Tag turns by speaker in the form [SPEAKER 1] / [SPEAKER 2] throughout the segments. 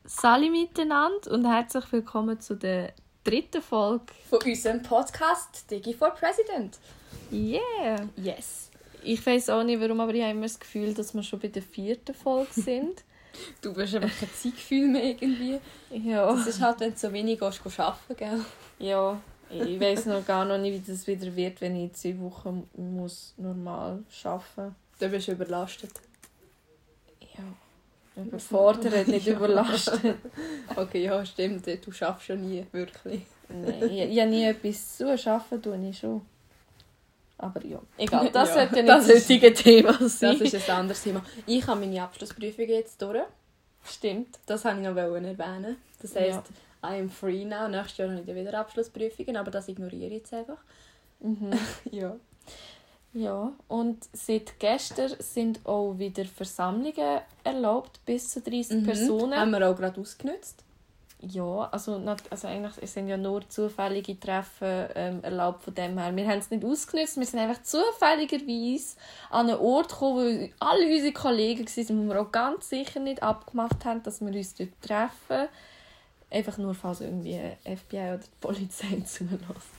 [SPEAKER 1] Sali miteinander und herzlich willkommen zu der 3. Folge
[SPEAKER 2] von unserem Podcast Digi for President.
[SPEAKER 1] Yeah!
[SPEAKER 2] Yes.
[SPEAKER 1] Ich weiss auch nicht warum, aber ich habe immer das Gefühl, dass wir schon bei der 4. Folge sind.
[SPEAKER 2] Du hast einfach kein Zeitgefühl mehr irgendwie.
[SPEAKER 1] Ja.
[SPEAKER 2] Das ist halt, wenn du so wenig gehst, arbeiten, gell?
[SPEAKER 1] Ja, ich weiss noch gar nicht, wie das wieder wird, wenn ich 2 Wochen muss normal arbeiten muss.
[SPEAKER 2] Du bist überlastet.
[SPEAKER 1] Ja. Überfordert, nicht überlastet.
[SPEAKER 2] Okay, ja, stimmt. Du schaffst schon nie, wirklich.
[SPEAKER 1] Nein, ich habe nie etwas zu arbeiten, tue ich schon. Aber ja, egal, das sollte nicht das heutige Thema sein.
[SPEAKER 2] Das ist ein anderes Thema. Ich habe meine Abschlussprüfung jetzt durch.
[SPEAKER 1] Stimmt.
[SPEAKER 2] Das wollte ich noch erwähnen. Das heisst, I am free now. Nächstes Jahr habe ich wieder Abschlussprüfungen, aber das ignoriere ich jetzt einfach.
[SPEAKER 1] Mhm.
[SPEAKER 2] Ja.
[SPEAKER 1] Ja, und seit gestern sind auch wieder Versammlungen erlaubt, bis zu 30 Personen.
[SPEAKER 2] Haben wir auch gerade ausgenutzt.
[SPEAKER 1] Ja, also eigentlich sind ja nur zufällige Treffen erlaubt von dem her. Wir haben es nicht ausgenutzt, wir sind einfach zufälligerweise an einen Ort gekommen, wo alle unsere Kollegen waren, wo wir auch ganz sicher nicht abgemacht haben, dass wir uns dort treffen. Einfach nur, falls irgendwie FBI oder die Polizei zulässt.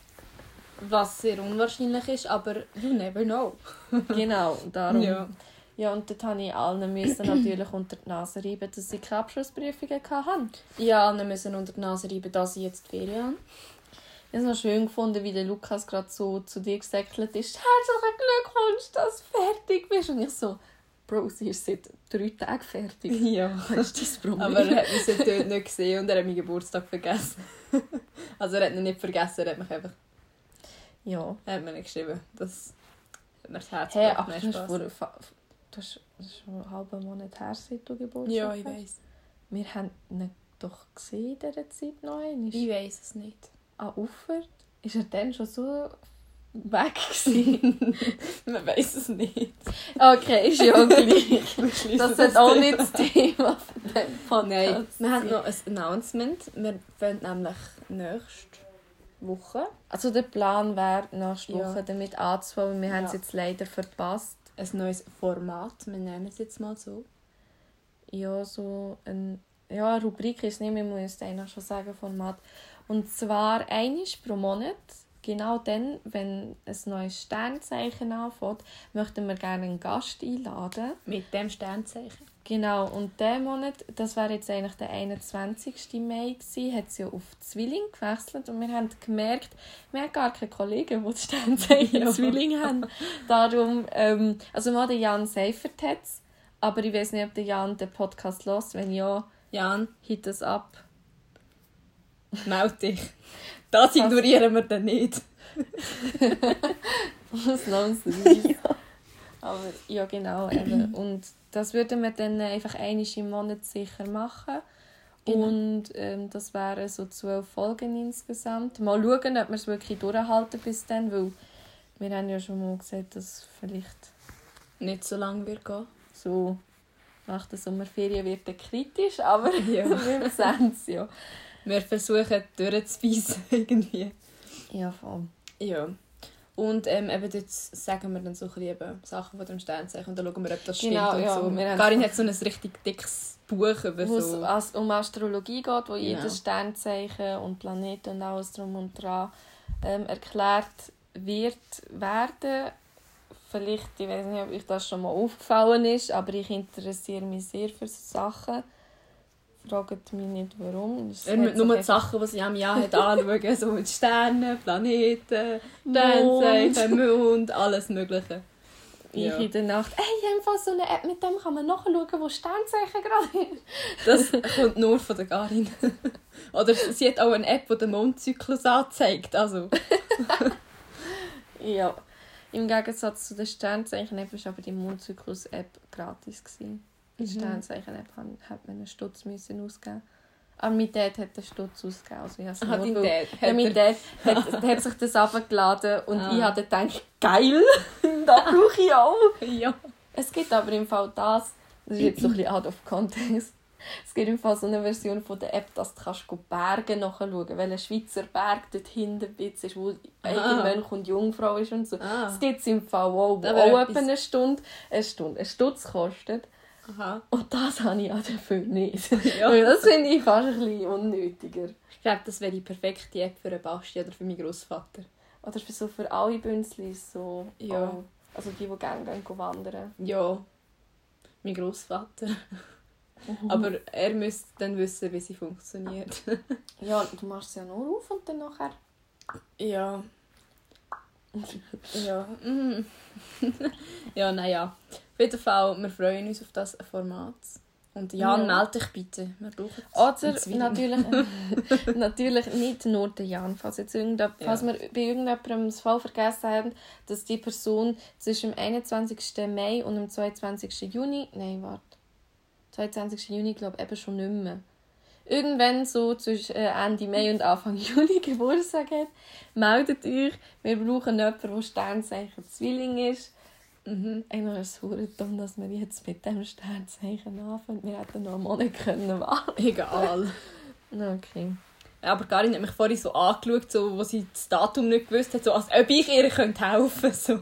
[SPEAKER 2] Was sehr unwahrscheinlich ist, aber you never know.
[SPEAKER 1] Genau, darum.
[SPEAKER 2] Ja.
[SPEAKER 1] Ja, und dort musste ich allen natürlich unter die Nase reiben, dass sie keine Abschlussprüfungen hatten.
[SPEAKER 2] Ja, allen müssen unter die Nase reiben, dass sie jetzt die Ferien haben.
[SPEAKER 1] Ich habe es noch schön gefunden, wie der Lukas gerade so zu dir gesäckelt ist. Herzlichen Glückwunsch, dass du fertig bist. Und ich so, Bro, sie ist seit 3 Tagen fertig.
[SPEAKER 2] Ja.
[SPEAKER 1] Das ist das Problem.
[SPEAKER 2] Aber er hat mich dort nicht gesehen und er hat meinen Geburtstag vergessen. Also er hat ihn nicht vergessen, er hat mich einfach...
[SPEAKER 1] Ja.
[SPEAKER 2] Er hat mir nicht geschrieben. Das hat mir das Herz
[SPEAKER 1] gebrochen. Das ist schon einen halben Monat her, seit du Geburtstag
[SPEAKER 2] Ja,
[SPEAKER 1] hast.
[SPEAKER 2] ich weiss.
[SPEAKER 1] Wir haben ihn doch gesehen in dieser Zeit noch einmal.
[SPEAKER 2] Ich weiss es nicht.
[SPEAKER 1] An Uffert? Ist er dann schon so weg gewesen?
[SPEAKER 2] Man weiss es nicht.
[SPEAKER 1] Okay, ist ja gleich. Das ist auch nicht das Thema von diesem Podcast.
[SPEAKER 2] Nein, wir haben noch ein Announcement. Wir wollen nämlich nächste Woche...
[SPEAKER 1] Also der Plan wäre, nächste Woche
[SPEAKER 2] Ja.
[SPEAKER 1] damit anzufangen. Wir haben es jetzt leider verpasst.
[SPEAKER 2] Ein neues Format, wir nennen es jetzt mal so.
[SPEAKER 1] Ja, so eine Rubrik ist nicht, wir müssen eigentlich schon sagen, Format. Und zwar einmal pro Monat, genau dann, wenn ein neues Sternzeichen anfängt, möchten wir gerne einen Gast einladen.
[SPEAKER 2] Mit dem Sternzeichen.
[SPEAKER 1] Genau, und diesen Monat, das wäre jetzt eigentlich der 21. Mai gewesen, hat sie ja auf Zwilling gewechselt und wir haben gemerkt, wir haben gar keine Kollegen, die das Sternzeichen Zwilling haben. Darum, also mal der Jan Seifert hat es, aber ich weiß nicht, ob der Jan den Podcast hört. Wenn ja,
[SPEAKER 2] Jan,
[SPEAKER 1] hit das ab.
[SPEAKER 2] melde dich. Das ignorieren wir dann nicht.
[SPEAKER 1] Ausnahmsweise. Aber ja, genau. Eben. Und das würden wir dann einfach einmal im Monat sicher machen. Genau. Und das wären so 12 Folgen insgesamt. Mal schauen, ob wir es wirklich durchhalten bis dann, weil wir haben ja schon mal gesagt, dass es vielleicht
[SPEAKER 2] Nicht so lange wird gehen.
[SPEAKER 1] so nach der Sommerferien wird dann kritisch, aber
[SPEAKER 2] Ja.
[SPEAKER 1] wir sehen es ja.
[SPEAKER 2] Wir versuchen durchzubeissen irgendwie.
[SPEAKER 1] Ja, voll.
[SPEAKER 2] Ja. Und eben dort sagen wir dann so ein bisschen Sachen von dem Sternzeichen und dann schauen wir, ob das stimmt.
[SPEAKER 1] Genau,
[SPEAKER 2] und
[SPEAKER 1] ja,
[SPEAKER 2] so.
[SPEAKER 1] wir haben-
[SPEAKER 2] Karin hat so ein richtig dickes Buch über
[SPEAKER 1] Wo
[SPEAKER 2] so...
[SPEAKER 1] es um Astrologie geht, wo
[SPEAKER 2] Genau.
[SPEAKER 1] jedes Sternzeichen und Planeten und alles drum und dran erklärt werden. Vielleicht, ich weiß nicht, ob euch das schon mal aufgefallen ist, aber ich interessiere mich sehr für so Sachen. Fragt mich nicht, warum. Es hat
[SPEAKER 2] Nur die
[SPEAKER 1] sich
[SPEAKER 2] Sachen, die sie am Jahr anschauen, so mit Sternen, Planeten, Sternzeichen, Mond, alles Mögliche.
[SPEAKER 1] ich
[SPEAKER 2] Ja.
[SPEAKER 1] in der Nacht, hey, ich habe einfach so eine App, mit dem kann man nachschauen, wo Sternzeichen gerade ist.
[SPEAKER 2] Das kommt nur von der Karin. Oder sie hat auch eine App, die den Mondzyklus anzeigt. Also.
[SPEAKER 1] Ja, im Gegensatz zu der Sternzeichen-App war aber die Mondzyklus-App gratis gewesen. Die Sternzeichen-App hat man einen Stutz müssen ausgeben. Aber mein Dad hat den Stutz ausgegeben. Also ich
[SPEAKER 2] Dein
[SPEAKER 1] nur,
[SPEAKER 2] Dad?
[SPEAKER 1] ja, mein Dad hat sich das runtergeladen und ich habe gedacht, geil, das brauche ich auch.
[SPEAKER 2] Ja.
[SPEAKER 1] Es gibt aber im Fall das ist jetzt so ein bisschen out of context. Es gibt im Fall so eine Version von der App, dass du Berge nachschauen kannst, weil ein Schweizer Berg dort hinten ist, wo Mönch und Jungfrau ist und so. Das gibt es im Fall auch, wo
[SPEAKER 2] Da
[SPEAKER 1] auch
[SPEAKER 2] wäre
[SPEAKER 1] etwa eine Stutz kostet.
[SPEAKER 2] Aha.
[SPEAKER 1] Und das habe ich ja dafür nicht.
[SPEAKER 2] Ja.
[SPEAKER 1] Weil das finde ich fast ein bisschen unnötiger.
[SPEAKER 2] Ich glaube, das wäre die perfekte App für einen Basti oder für meinen Grossvater.
[SPEAKER 1] Oder für alle Bünzlis so.
[SPEAKER 2] Ja.
[SPEAKER 1] Also die gerne gehen wandern.
[SPEAKER 2] Ja, mein Grossvater. Aber er müsste dann wissen, wie sie funktioniert.
[SPEAKER 1] Ja, du machst es ja nur auf und dann nachher...
[SPEAKER 2] Ja. Ja. Ja, naja. Auf jeden Fall, wir freuen uns auf das Format. Und Jan, melde dich bitte. Wir brauchen
[SPEAKER 1] Oder natürlich nicht nur den Jan. Falls wir bei irgendjemandem das Fall vergessen haben, dass die Person zwischen dem 21. Mai und dem 22. Juni... Nein, warte. 22. Juni, glaube ich, eben schon nicht mehr. Irgendwann so zwischen Ende Mai und Anfang Juni Geburtstag hat, meldet euch. Wir brauchen jemanden, der Sternzeichen Zwilling ist. Eigentlich ist es verdammt dumm, dass wir jetzt mit dem Sternzeichen anfangen. Wir hätten noch einen Monat können warten.
[SPEAKER 2] Egal.
[SPEAKER 1] Okay.
[SPEAKER 2] Aber Karin hat mich vorhin so angeschaut, so, wo sie das Datum nicht gewusst hat, so, als ob ich ihr helfen könnte. So.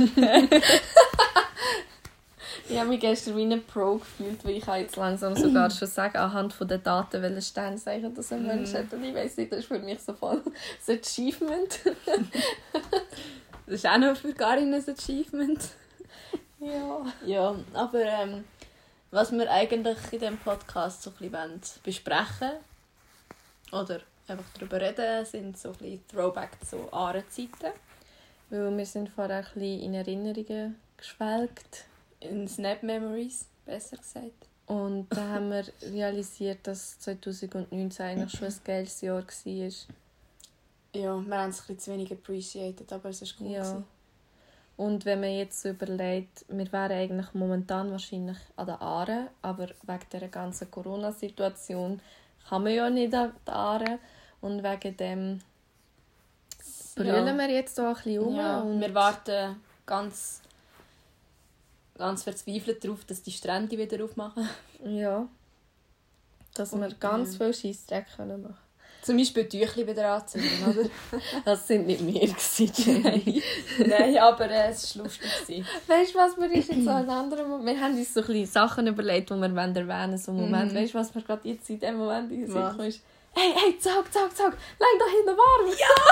[SPEAKER 1] Ich habe mich gestern wie eine Pro gefühlt, weil ich jetzt langsam sogar schon sagen, anhand der Daten, welche Sternzeichen das ein Mensch hat. Und ich weiss nicht, das ist für mich so voll ein Achievement.
[SPEAKER 2] Das ist auch noch für Karin ein Achievement.
[SPEAKER 1] Ja.
[SPEAKER 2] Ja, aber was wir eigentlich in diesem Podcast so ein bisschen besprechen oder einfach darüber reden, sind so ein bisschen Throwback zu Ahrenzeiten.
[SPEAKER 1] Weil wir sind vorher ein bisschen in Erinnerungen geschwelgt.
[SPEAKER 2] In Snap-Memories, besser gesagt.
[SPEAKER 1] Und da haben wir realisiert, dass 2019 eigentlich schon ein geiles Jahr war.
[SPEAKER 2] Ja, wir haben es ein bisschen zu wenig appreciated, aber es ist cool.
[SPEAKER 1] Ja. Und wenn man jetzt so überlegt, wir wären eigentlich momentan wahrscheinlich an den Aaren, aber wegen dieser ganzen Corona-Situation kann man ja nicht an den Aaren. Und wegen dem brüllen wir jetzt hier ein bisschen rum.
[SPEAKER 2] Ja,
[SPEAKER 1] und
[SPEAKER 2] wir warten ganz verzweifelt darauf, dass die Strände wieder aufmachen.
[SPEAKER 1] Ja. Dass wir ganz viel Scheissdreck machen können.
[SPEAKER 2] Zum Beispiel Tüchli wieder anzünden, oder?
[SPEAKER 1] Das sind nicht wir Jenny.
[SPEAKER 2] Nein, aber es war lustig.
[SPEAKER 1] Weißt du, was wir jetzt so einen anderen Moment... Wir haben uns so ein bisschen Sachen überlegt, die wir erwähnen so einen Moment. Weißt du, was mir gerade jetzt in dem Moment in den Sinn kommt? Hey, zack, leg doch hinten warm!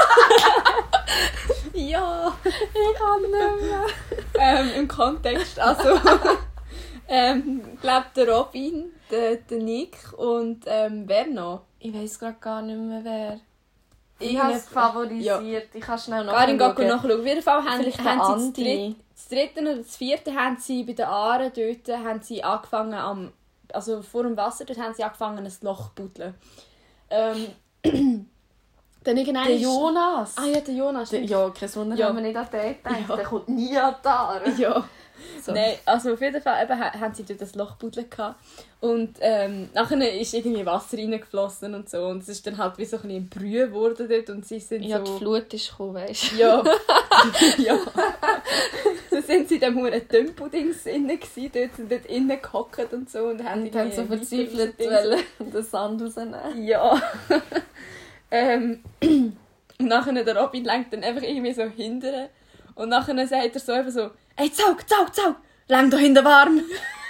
[SPEAKER 2] Ja! Ja!
[SPEAKER 1] Ich kann nicht mehr.
[SPEAKER 2] Im Kontext, also... glaube der Robin, der Nick und wer noch?
[SPEAKER 1] Ich weiss gerade gar nicht mehr, wer. Ich
[SPEAKER 2] habe
[SPEAKER 1] habe es favorisiert. Ja. Ich kann schnell
[SPEAKER 2] nachschauen.
[SPEAKER 1] nachschauen.
[SPEAKER 2] Auf jeden Fall haben sie das dritte oder das vierte haben sie bei den Aaren dort haben sie angefangen also vor dem Wasser dort haben sie angefangen ein Loch zu buddeln. Dann
[SPEAKER 1] der Jonas.
[SPEAKER 2] Ah ja, der Jonas.
[SPEAKER 1] Ja, kein Wunder, haben wir nicht an den gedacht.
[SPEAKER 2] Ja.
[SPEAKER 1] Der kommt nie an die Aare.
[SPEAKER 2] Ja.
[SPEAKER 1] So.
[SPEAKER 2] Nein, also auf jeden Fall eben, haben sie dort das Loch buddeln gehabt. Und nachher ist irgendwie Wasser reingeflossen und so. Und es ist dann halt wie so ein bisschen Brühe geworden dort. Und sie sind
[SPEAKER 1] ja,
[SPEAKER 2] so...
[SPEAKER 1] die Flut ist gekommen, weißt du.
[SPEAKER 2] Ja. Ja. Dann sind sie in diesem huren Tempo-Dings innen gewesen. Dort sind dort innen gehockt und so. Und haben
[SPEAKER 1] so verzweifelt den Sand rausnehmen.
[SPEAKER 2] Ja. Und nachher der Robin lenkt dann einfach irgendwie so hinterher. Und nachher sagt er so einfach so: «Ey, zaug! Lang da hinten warm!»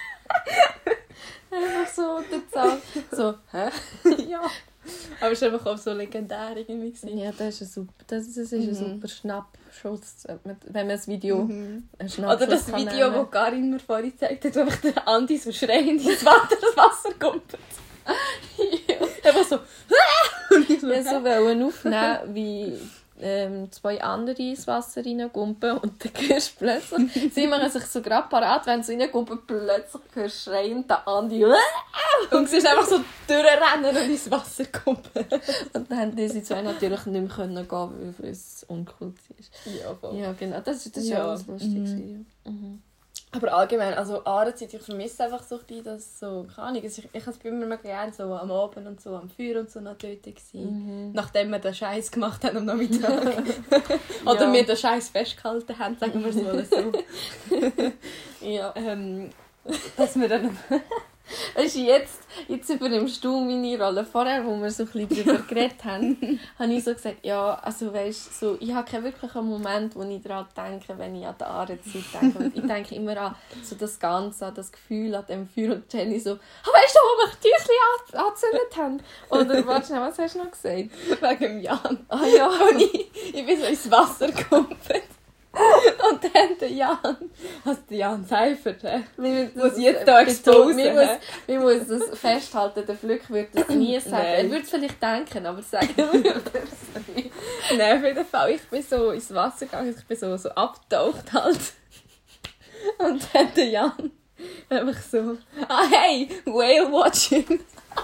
[SPEAKER 1] Einfach so, der Zaug. So, hä?
[SPEAKER 2] Ja. Aber es war einfach auch so legendär irgendwie.
[SPEAKER 1] Ja, das ist ein super Schnappschuss, wenn man das Video...
[SPEAKER 2] Oder das Video, das Karin mir vorhin gezeigt hat, wo einfach der Andi so schreiend ins Wasser kommt. Ja. Einfach so...
[SPEAKER 1] Ich wollte aufnehmen, wie... zwei andere ins Wasser reingumpen und dann hörst du plötzlich, sie machen sich so gerade parat, wenn sie reingumpen, plötzlich hörst du schreien, der Andi
[SPEAKER 2] und sie ist einfach so durchrennen und ins Wasser kumpen.
[SPEAKER 1] Und dann haben diese zwei natürlich nicht mehr gehen können, weil es uncool war.
[SPEAKER 2] Ja, voll.
[SPEAKER 1] Ja, genau, das war ja alles lustig.
[SPEAKER 2] Aber allgemein, also Ahrenzeit, ich vermisse einfach so ein bisschen das so, keine Ahnung, ich habe es immer mal gerne so am Abend und so am Feuer und so noch dort gewesen, nachdem wir den Scheiß gemacht haben am Nachmittag. Oder wir den Scheiß festgehalten haben, sagen wir es mal so.
[SPEAKER 1] Ja.
[SPEAKER 2] Dass wir dann
[SPEAKER 1] Weißt du, jetzt übernimmst du meine Rolle. Vorher, wo wir so ein bisschen darüber geredet haben, habe ich so gesagt, ja, also weißt, so, ich habe keinen wirklichen Moment, wo ich daran denke, wenn ich an die Aarenzeit denke. Und ich denke immer an so das Ganze, an das Gefühl, an dem Feuer und Jenny so, weißt du, wo wir die Tüchlein angezündet haben? Oder warte schnell, was hast du noch gesagt?
[SPEAKER 2] Wegen dem Jan.
[SPEAKER 1] Ah ja.
[SPEAKER 2] Und ich bin so ins Wasser gekumpelt. Und dann der Jan, also der Jan Seifert, muss jetzt da exposen.
[SPEAKER 1] Wir müssen das festhalten, der Flück würde das nie sagen. Er würde es vielleicht denken, aber sagen würde er es nicht.
[SPEAKER 2] Nein, auf jeden Fall, ich bin so ins Wasser gegangen, ich bin so abgetaucht halt. Und dann der Jan einfach so, hey, Whale watching.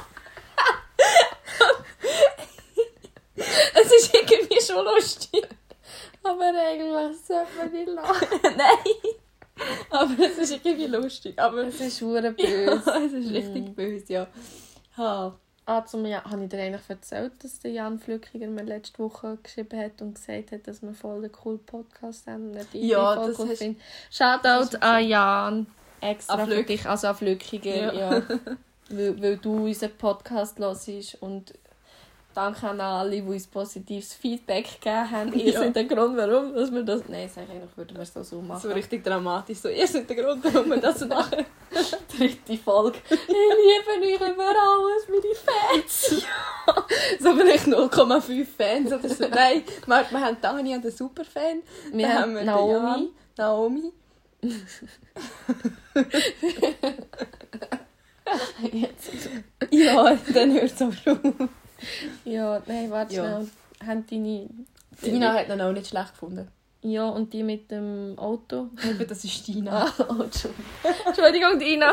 [SPEAKER 2] Es ist irgendwie schon lustig.
[SPEAKER 1] Aber eigentlich sollte man nicht lachen.
[SPEAKER 2] Nein. Aber es ist irgendwie lustig. Aber
[SPEAKER 1] es ist verdammt böse.
[SPEAKER 2] Ja, es ist richtig böse, ja.
[SPEAKER 1] Habe ich dir eigentlich erzählt, dass der Jan Flückiger mir letzte Woche geschrieben hat und gesagt hat, dass wir voll einen coolen Podcast haben?
[SPEAKER 2] Ja, das
[SPEAKER 1] hast du. Shoutout an Jan. Extra für dich, also an Flückiger. Ja. weil du unseren Podcast hörst und danke an alle, die uns positives Feedback gegeben haben. Ihr seid der Grund, warum dass wir das... Nein, eigentlich würden wir es so machen.
[SPEAKER 2] So richtig dramatisch. So, ihr seid der Grund, warum wir das machen.
[SPEAKER 1] 3. Folge. Ich liebe euch über alles, meine Fans.
[SPEAKER 2] Ja. So vielleicht 0,5 Fans oder so. Nein, wir haben Dani und einen Superfan.
[SPEAKER 1] Wir haben Naomi.
[SPEAKER 2] Naomi. Ja, dann hört es auch schon.
[SPEAKER 1] Ja, nein, warte schnell. Haben deine...
[SPEAKER 2] Tina hat ihn auch nicht schlecht gefunden.
[SPEAKER 1] Ja, und die mit dem Auto?
[SPEAKER 2] Eben, das ist Tina.
[SPEAKER 1] Entschuldigung, Tina.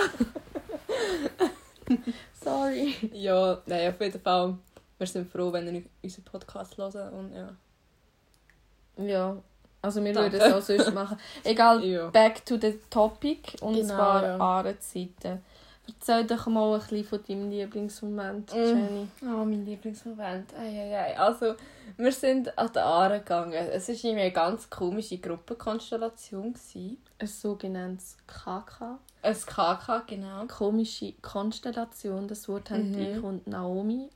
[SPEAKER 1] Sorry.
[SPEAKER 2] Ja, nein, auf jeden Fall. Wir sind froh, wenn ihr unseren Podcast hört. Und ja.
[SPEAKER 1] Ja, also wir würden es auch sonst machen. Egal, back to the topic. Und zwar Aarezeiten. Erzähl doch mal ein bisschen von deinem Lieblingsmoment, Jenny.
[SPEAKER 2] Oh, mein Lieblingsmoment. Also, wir sind an die Aare gegangen. Es war eine ganz komische Gruppenkonstellation.
[SPEAKER 1] Ein sogenanntes KK.
[SPEAKER 2] Ein KK, genau.
[SPEAKER 1] Komische Konstellation. Das Wort haben ich und Naomi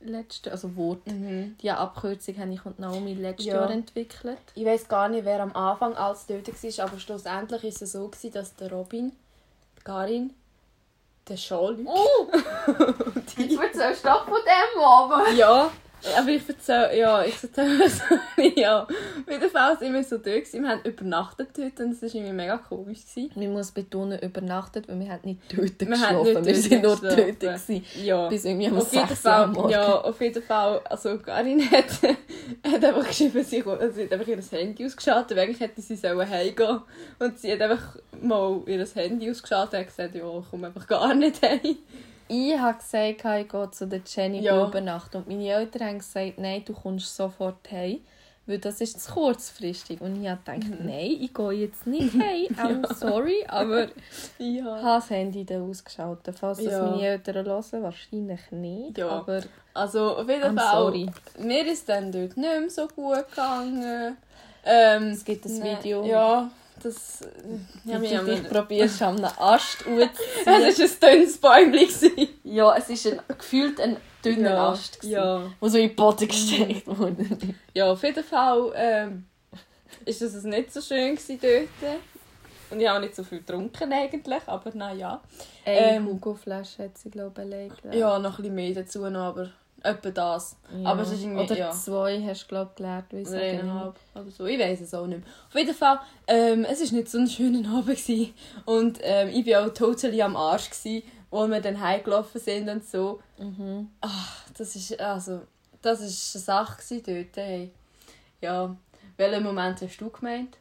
[SPEAKER 1] die Abkürzung haben ich und Naomi letztes Jahr entwickelt.
[SPEAKER 2] Ich weiss gar nicht, wer am Anfang alles dort war, aber schlussendlich war es so, dass der Robin, die Karin, der Jean-Luc.
[SPEAKER 1] Jetzt erzählst du doch von dem Abend.
[SPEAKER 2] Ja, aber ich erzähle es ja. Auf jeden Fall sind wir so dort. Wir haben übernachtet dort und es war irgendwie mega komisch.
[SPEAKER 1] Man muss betonen, übernachtet, weil wir haben nicht dort geschlafen. Wir waren nur dort.
[SPEAKER 2] Ja.
[SPEAKER 1] Bis irgendwie am 6 Uhr am Morgen.
[SPEAKER 2] Ja, auf jeden Fall. Also Karin hat einfach geschrieben, sie hat einfach ihr Handy ausgeschaltet. Eigentlich hätte sie heimgehen. Und sie hat einfach mal ihr Handy ausgeschaltet und gesagt, ja, ich komme einfach gar nicht heim.
[SPEAKER 1] Ich habe gesagt, ich gehe zu der Jenny übernachten. Und meine Eltern haben gesagt, nein, du kommst sofort heim, weil das ist zu kurzfristig. Und ich habe gedacht, nein, ich gehe jetzt nicht heim. I'm sorry, aber ich habe das Handy dann ausgeschaltet. Falls das meine Eltern hören, wahrscheinlich nicht.
[SPEAKER 2] Ja.
[SPEAKER 1] Aber
[SPEAKER 2] also auf jeden Fall,
[SPEAKER 1] sorry.
[SPEAKER 2] Mir ist dann dort nicht mehr so gut gegangen.
[SPEAKER 1] Es gibt ein Video.
[SPEAKER 2] Ja. Das,
[SPEAKER 1] ich probiere es an einem Ast auszuziehen.
[SPEAKER 2] Es war ein dünnes Bäumchen.
[SPEAKER 1] Ja, es war gefühlt ein dünner Ast, der so in den Boden gesteckt wurde.
[SPEAKER 2] Ja, auf jeden Fall war es nicht so schön dort. Und ich habe auch nicht so viel getrunken eigentlich, aber naja.
[SPEAKER 1] Eine Hugo-Flasche hat sie, glaube ich, belegt.
[SPEAKER 2] Ja, noch ein bisschen mehr dazu, aber etwa das.
[SPEAKER 1] Ja.
[SPEAKER 2] Aber es ist irgendwie,
[SPEAKER 1] oder 2 hast du, glaube ich, gelernt.
[SPEAKER 2] Oder 1,5 oder so. Ich weiss es auch nicht mehr. Auf jeden Fall, es war nicht so ein schöner Abend. Und ich war auch totally am Arsch, als wir dann heimgelaufen sind und so. Ach, das war eine Sache dort. Hey. Ja, welchen Moment hast du gemeint?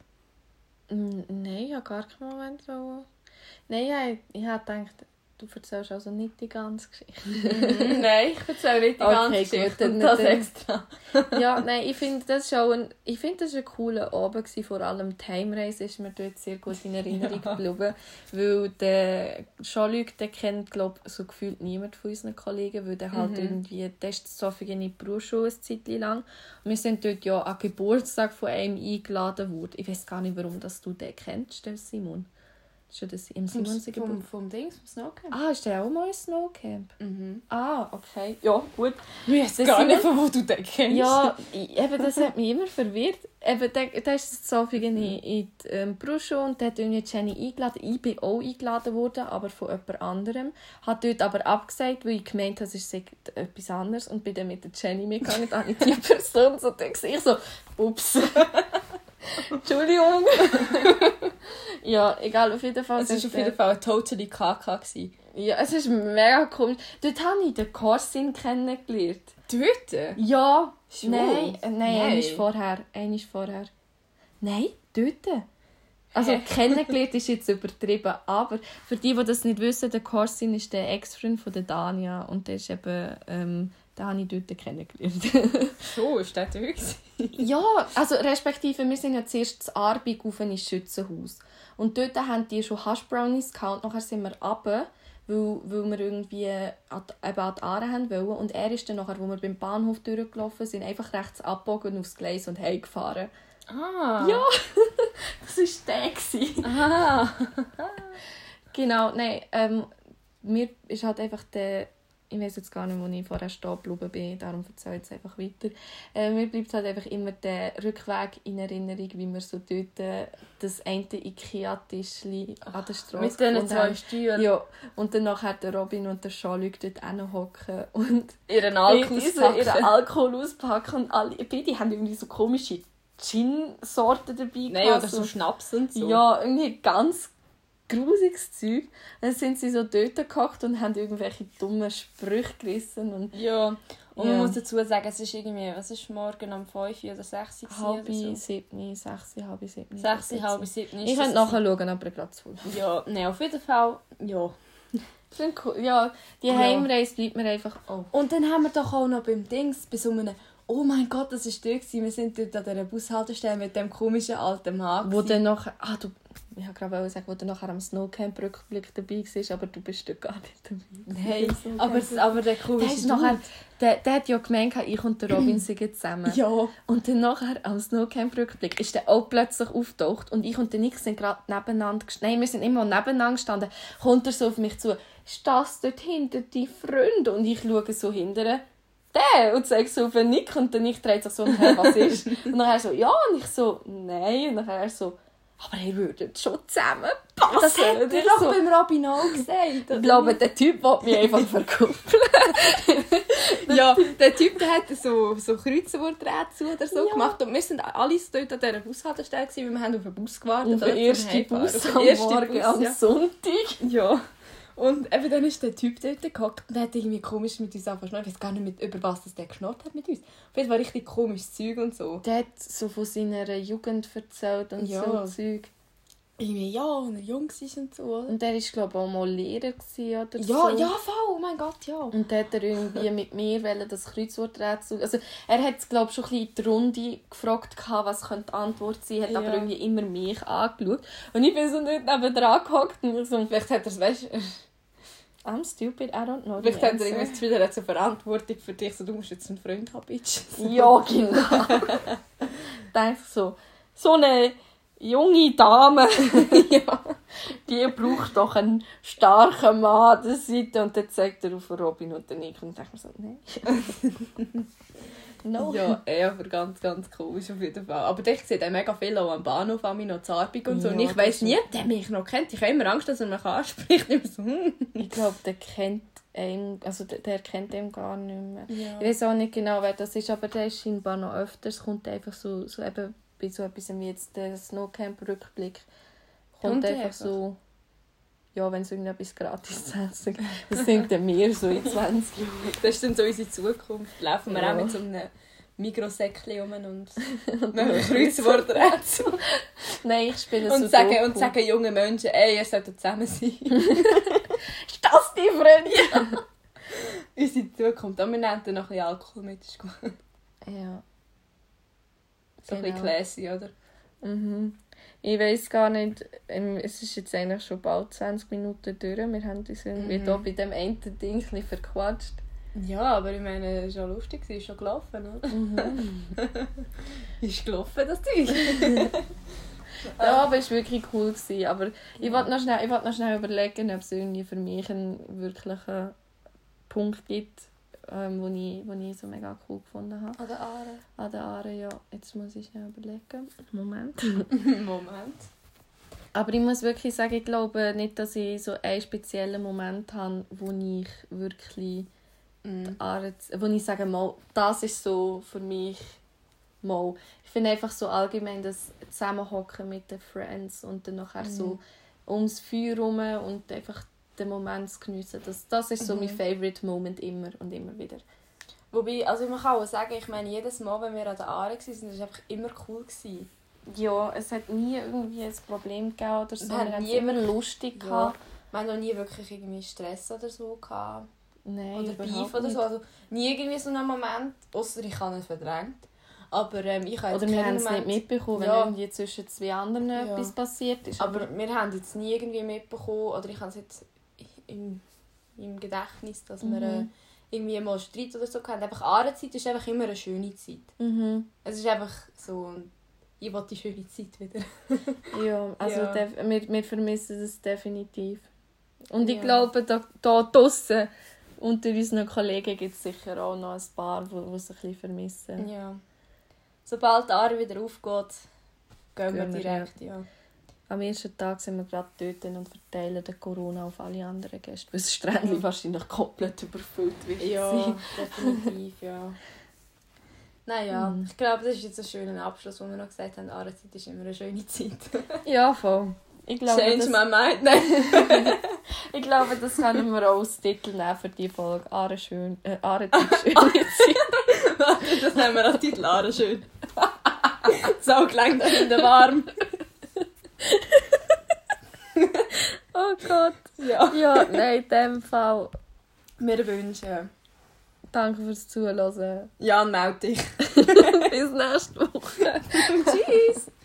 [SPEAKER 1] Nein, ich habe gar keinen Moment. Nein, ich habe gedacht, du erzählst also nicht die ganze Geschichte.
[SPEAKER 2] Nein, ich erzähle nicht die ganze Geschichte. Und das extra.
[SPEAKER 1] Ja, nein, ich finde, das war ein cooler Abend. Vor allem die Heimreise ist mir dort sehr gut in Erinnerung geblieben. Weil der Jean-Luc, den kennt, glaube ich, so gefühlt niemand von unseren Kollegen, weil der halt irgendwie, der ist so viel in die Berufsschule eine Zeit lang. Und wir sind dort ja an den Geburtstag von einem eingeladen worden. Ich weiß gar nicht, warum dass du den kennst, Simon. Schon das im Simonsee-Geburtstag.
[SPEAKER 2] Vom Dings, vom Snowcamp.
[SPEAKER 1] Ah, ist der auch mal ein Snowcamp?
[SPEAKER 2] Mhm.
[SPEAKER 1] Ah, okay. Ja, gut.
[SPEAKER 2] Ich weiß gar nicht, von wo du den kennst.
[SPEAKER 1] Ja, eben, das hat mich immer verwirrt. Eben, da ist so viel in die Brusche und da hat irgendwie Jenny eingeladen. Ich bin auch eingeladen worden, aber von jemand anderem. Hat dort aber abgesagt, weil ich gemeint habe, es ist etwas anderes. Und bin dann mit der Jenny mitgegangen. Da habe ich die Person so gesehen. Ich so, ups. Entschuldigung. Ja, egal, auf jeden Fall.
[SPEAKER 2] Es war auf jeden Fall ein totally KK.
[SPEAKER 1] Ja, es ist mega komisch. Dort habe ich den Korsin kennengelernt.
[SPEAKER 2] Dort?
[SPEAKER 1] Ja.
[SPEAKER 2] Schon?
[SPEAKER 1] Nein, einmal vorher. Nein, dort. Also kennengelernt ist jetzt übertrieben, aber für die das nicht wissen, der Korsin ist der Ex-Freund von der Dania und der ist eben, den habe ich dort kennengelernt.
[SPEAKER 2] Schon, ist der dort?
[SPEAKER 1] Ja, also respektive, wir sind ja zuerst zu Arbig auf ins Schützenhaus. Und dort haben die schon Hashbrownies gehabt. Nachher sind wir runter, weil wir irgendwie an die Aare haben wollten. Und er ist dann nachher, wo wir beim Bahnhof durchgelaufen sind, einfach rechts abgebogen aufs Gleis und heimgefahren.
[SPEAKER 2] Ah.
[SPEAKER 1] Ja, das war der.
[SPEAKER 2] Ah.
[SPEAKER 1] Genau, nein, mir ist halt einfach der... Ich weiß jetzt gar nicht, wo ich vorher stehen geblieben bin, darum erzähle ich jetzt einfach weiter. Mir bleibt halt einfach immer der Rückweg in Erinnerung, wie wir so dort das eine Ikea-Tischchen an der Straße
[SPEAKER 2] mit diesen 2 Stühlen.
[SPEAKER 1] Ja, und dann nachher der Robin und der Jean-Luc dort hinhocken und
[SPEAKER 2] ihren Alkohol
[SPEAKER 1] auspacken. Und alle, beide haben irgendwie so komische Gin-Sorten dabei.
[SPEAKER 2] Nein, oder so Schnaps und so.
[SPEAKER 1] Ja, irgendwie ganz grusiges Zeug. Dann sind sie so dort gehockt und haben irgendwelche dummen Sprüche gerissen. Und
[SPEAKER 2] ja, und man muss dazu sagen, es ist irgendwie, was ist morgen um 5 oder 6 Uhr?
[SPEAKER 1] Halb 7, 6, halb 7.
[SPEAKER 2] 6, halb 7.
[SPEAKER 1] Ich könnte nachschauen, aber gerade zu viel.
[SPEAKER 2] Ja, nein, auf jeden Fall, ja.
[SPEAKER 1] Cool. Ja, die Heimreise bleibt mir einfach... Oh.
[SPEAKER 2] Und dann haben wir doch auch noch beim Dings, bei so einem... Oh mein Gott, das war dort. Wir sind dort an dieser Bushaltestelle mit dem komischen alten Mann.
[SPEAKER 1] Wo dann nachher... Ich wollte gerade sagen, wo du nachher am Snowcamp-Rückblick dabei warst, aber du bist dort gar nicht dabei.
[SPEAKER 2] Nein, aber der komische
[SPEAKER 1] der hat ja gemeint, ich und der Robin sind zusammen.
[SPEAKER 2] Ja.
[SPEAKER 1] Und dann nachher am Snowcamp-Rückblick ist der auch plötzlich aufgetaucht und ich und der Nick sind gerade nebeneinander gestanden. Nein, wir sind immer nebeneinander gestanden. Kommt er so auf mich zu, ist das dort hinter dein Freund? Und ich schaue so hinterher. Der und zeigt so auf den Nick und der Nick dreht sich so, hey, was ist? Und dann er so, ja, und ich so, nein. Und dann er so, aber ihr würdet schon zusammenpassen.
[SPEAKER 2] Das hat er doch beim Robin auch gesagt.
[SPEAKER 1] Ich glaube, der Typ will mich einfach verkuppeln.
[SPEAKER 2] Ja, der Typ der hat so Kreuzworträtsel oder so gemacht. Und wir sind alle dort an dieser Bushaltestelle, weil wir haben auf den Bus gewartet.
[SPEAKER 1] Auf den ersten Bus am Morgen am Sonntag.
[SPEAKER 2] Ja. Und eben dann ist der Typ dort gehockt und der hat irgendwie komisch mit uns angefangen. Ich weiß gar nicht, über was der geschnurrt hat mit uns. Auf jeden Fall richtig komisches Zeug und so.
[SPEAKER 1] Der hat so von seiner Jugend erzählt und so Zeug.
[SPEAKER 2] Irgendwie, ja, und er jung war und so.
[SPEAKER 1] Und der war, glaube ich, auch mal Lehrer oder
[SPEAKER 2] so. Ja, voll, oh mein Gott, ja.
[SPEAKER 1] Und dann hat er irgendwie mit mir das Kreuzworträtsel... Also er hat, glaube ich, schon ein bisschen in die Runde gefragt, was die Antwort sein könnte, hat aber irgendwie immer mich angeschaut. Und ich bin so nicht nebendran gehockt und so...
[SPEAKER 2] Vielleicht hat er es, weißt du...
[SPEAKER 1] I'm stupid, I don't know.
[SPEAKER 2] Vielleicht hat er irgendwas Gefühl, er hat so Verantwortung für dich, so, du musst jetzt einen Freund haben, Bitch.
[SPEAKER 1] Ja, genau. Denke so eine junge Dame, die braucht doch einen starken Mann an der Seite. Und dann zeigt er auf Robin und den Nick und denkt mir so, nein.
[SPEAKER 2] No. Ja, aber ganz, ganz komisch auf jeden Fall. Aber ich sehe den mega viel auch am Bahnhof, an noch zu Arbeit und so. Und ich weiss nie, der mich noch kennt. Ich habe immer Angst, dass er mich anspricht.
[SPEAKER 1] Ich glaube, der kennt ihn, also der kennt ihn gar nicht mehr.
[SPEAKER 2] Ja.
[SPEAKER 1] Ich weiß auch nicht genau, wer das ist, aber der ist scheinbar noch öfters. Kommt einfach so eben bei so etwas wie jetzt der Snowcamp-Rückblick. Kommt einfach so... Ja, wenn es irgendetwas gratis zu essen gibt. Das sind dann wir so in 20 Jahren.
[SPEAKER 2] Das ist dann so unsere Zukunft. Laufen wir auch mit so einem Mikrosäckchen rum und machen Kreuzworträtsel.
[SPEAKER 1] Nein, ich spiele
[SPEAKER 2] und
[SPEAKER 1] so
[SPEAKER 2] sagen jungen Menschen, ey, ihr solltet zusammen sein.
[SPEAKER 1] Ist das die Freundin?
[SPEAKER 2] Ja. Unsere Zukunft. Aber wir nehmen dann noch ein bisschen Alkohol mit. Ist gut.
[SPEAKER 1] Ja.
[SPEAKER 2] So ein bisschen classy, oder?
[SPEAKER 1] Mhm. Ich weiss gar nicht, es ist jetzt eigentlich schon bald 20 Minuten durch. Wir haben uns irgendwie hier bei dem einen Ding ein bisschen verquatscht.
[SPEAKER 2] Ja, aber ich meine, es war schon lustig, es ist schon gelaufen, oder? Ist gelaufen, das Zeug.
[SPEAKER 1] Der Abend war wirklich cool. Aber ich wollte noch schnell überlegen, ob es irgendwie für mich einen wirklichen Punkt gibt, wo ich so mega cool gefunden habe.
[SPEAKER 2] An der Aare?
[SPEAKER 1] An der Aare, ja. Jetzt muss ich schnell überlegen. Moment.
[SPEAKER 2] Moment.
[SPEAKER 1] Aber ich muss wirklich sagen, ich glaube nicht, dass ich so einen speziellen Moment habe, wo ich wirklich die Aare, wo ich sage, mal, das ist so für mich mal. Ich finde einfach so allgemein das Zusammenhocken mit den Friends und dann nachher so ums Feuer herum und einfach den Moment zu geniessen. Das ist so mein Favorite Moment immer und immer wieder.
[SPEAKER 2] Wobei, also man kann auch sagen, ich meine, jedes Mal, wenn wir an der Aare waren, war es einfach immer cool.
[SPEAKER 1] Ja, es hat nie irgendwie ein Problem gegeben oder so.
[SPEAKER 2] Wir haben
[SPEAKER 1] nie immer lustig gehabt.
[SPEAKER 2] Wir haben noch nie wirklich irgendwie Stress oder so gehabt.
[SPEAKER 1] Nein,
[SPEAKER 2] oder Beef oder so. Also nie irgendwie so einen Moment, ausser ich habe es verdrängt. Aber ich habe
[SPEAKER 1] oder wir haben es nicht mitbekommen, wenn irgendwie zwischen zwei anderen etwas passiert ist.
[SPEAKER 2] Aber wir haben jetzt nie irgendwie mitbekommen, oder ich habe es jetzt im Gedächtnis, dass wir irgendwie mal Streit oder so hatten. Einfach Aarezeit ist einfach immer eine schöne Zeit. Es ist einfach so, ich will die schöne Zeit wieder.
[SPEAKER 1] Ja, also wir vermissen es definitiv. Und ich glaube, da draussen unter unseren Kollegen gibt es sicher auch noch ein paar, die es ein bisschen vermissen.
[SPEAKER 2] Ja. Sobald die Aare wieder aufgeht, gehen wir direkt, ja.
[SPEAKER 1] Am ersten Tag sind wir gerade dort und verteilen den Corona auf alle anderen Gäste, weil das Strändchen wahrscheinlich komplett überfüllt wird.
[SPEAKER 2] Ja, definitiv, ja. Naja, ich glaube, das ist jetzt ein schöner Abschluss, wo wir noch gesagt haben, Aarezeit ist immer eine schöne Zeit.
[SPEAKER 1] Ja, voll. Ich glaube,
[SPEAKER 2] Change my mind. Nein.
[SPEAKER 1] Ich glaube, das können wir auch als Titel nehmen für die Folge. Aarezeit schöne Zeit.
[SPEAKER 2] Das nehmen wir als Titel, Aare schön. So klingt das in der Warm.
[SPEAKER 1] Oh Gott. Ja, nein, in dem Fall.
[SPEAKER 2] Wir wünschen.
[SPEAKER 1] Danke fürs Zuhören.
[SPEAKER 2] Ja, melde dich.
[SPEAKER 1] Bis nächste Woche.
[SPEAKER 2] Tschüss.